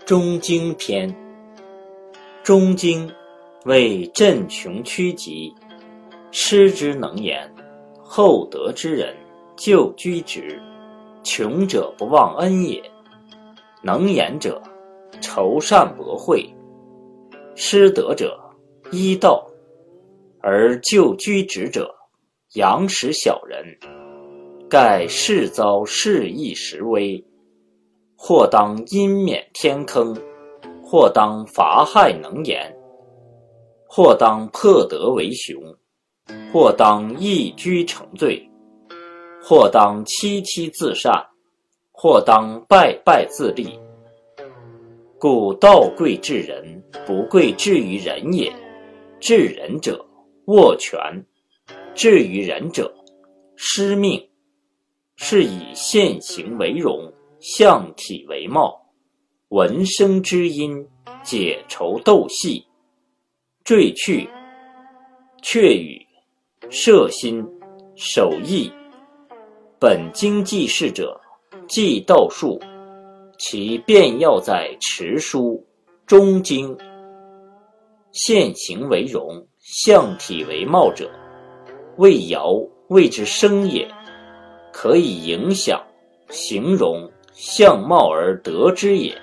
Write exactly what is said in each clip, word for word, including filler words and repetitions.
中经篇。中经为震穷趋吉，失之能言，厚德之人就居之，穷者不忘恩也。能言者，酬善博惠；失德者，依道；而就居直者，养使小人。盖世遭世易时危，或当因免天坑，或当伐害能言，或当破德为雄，或当易居成罪，或当戚戚自善，或当败败自立。故道贵治人，不贵治于人也。治人者，握权；治于人者，失命。是以现行为荣，象体为貌，闻声知音，解愁斗戏，坠去、却语、摄心、守义。本经记事者，记道术，其变要在持书、中经。现行为荣，象体为貌者，谓爻谓之生也，可以影响、形容、相貌而得之也。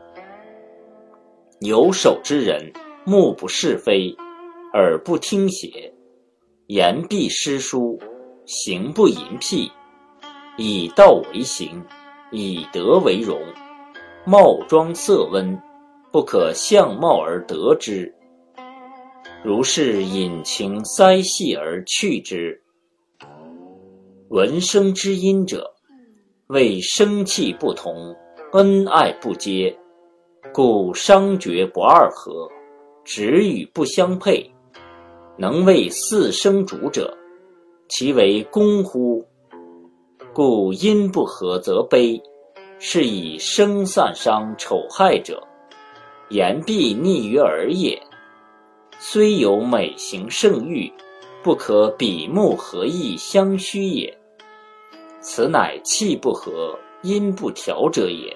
有守之人，目不是非，耳不听邪，言必失书，行不淫僻，以道为行，以德为容，貌庄色温，不可相貌而得之。如是隐情塞隙而去之。闻声知音者，谓生气不同，恩爱不接，故商决不二合，止语不相配。能为四声主者，其为公乎？故音不合则悲，是以声散伤丑害者，言必逆于耳也。虽有美行圣誉，不可比目合意相虚也。此乃气不合，音不调者也。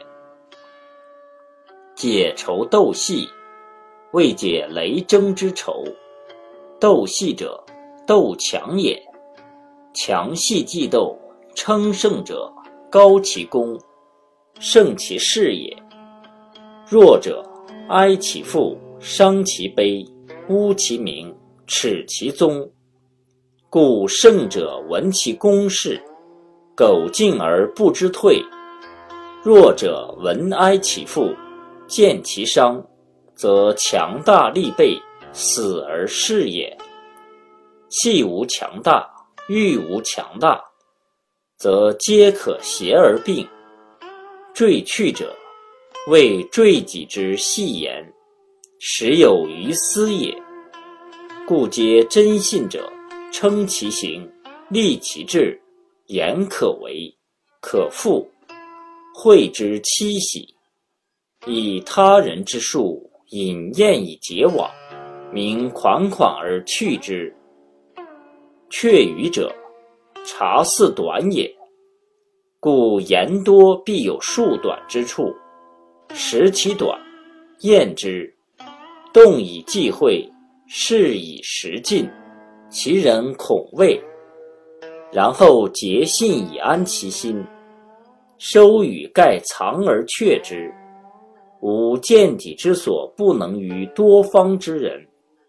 解愁斗戏，未解雷争之愁。斗戏者，斗强也。强戏既斗，称胜者，高其功，胜其势也。弱者，哀其父，伤其悲，污其名，耻其宗。故胜者闻其功事，苟进而不知退；弱者闻哀其父，见其伤，则强大力备，死而逝也。气无强大，欲无强大，则皆可邪而病。坠去者，谓坠己之戏言，实有于斯也。故皆真信者，称其行，立其志，言可为，可复，会之期喜，以他人之术，引验以结网，名款款而去之。却语者，察似短也。故言多必有数短之处，识其短，验之，动以忌讳，事以时尽，其人恐畏。然后结信以安其心，收语盖藏而却之，无见底之所不能于多方之人。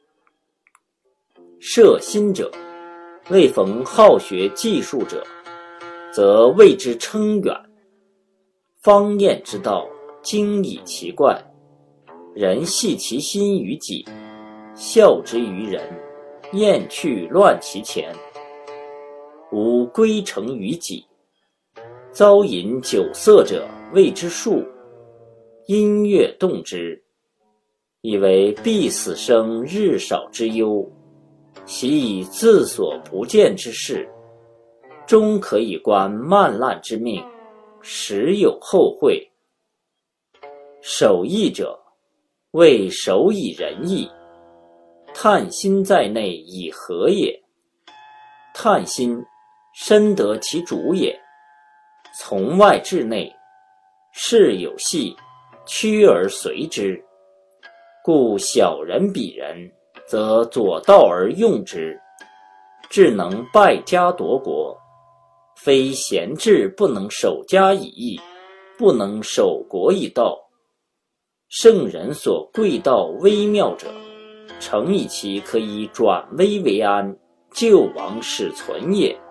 摄心者，未逢好学技术者，则谓之称远。方验之道，精以其怪，人系其心于己，效之于人，验去乱其前，无归成于己。遭饮酒色者，谓之术；音乐动之，以为必死生日少之忧，其以自所不见之事，终可以观漫烂之命，实有后悔。守义者，谓守以仁义。探心在内以和也。探心，深得其主也。从外至内，事有细， 趋而随之。故小人比人，则左道而用之，智能败家夺国。非贤智不能守家以义，不能守国以道。圣人所贵道微妙者，诚以其可以转危为安，救亡使存也。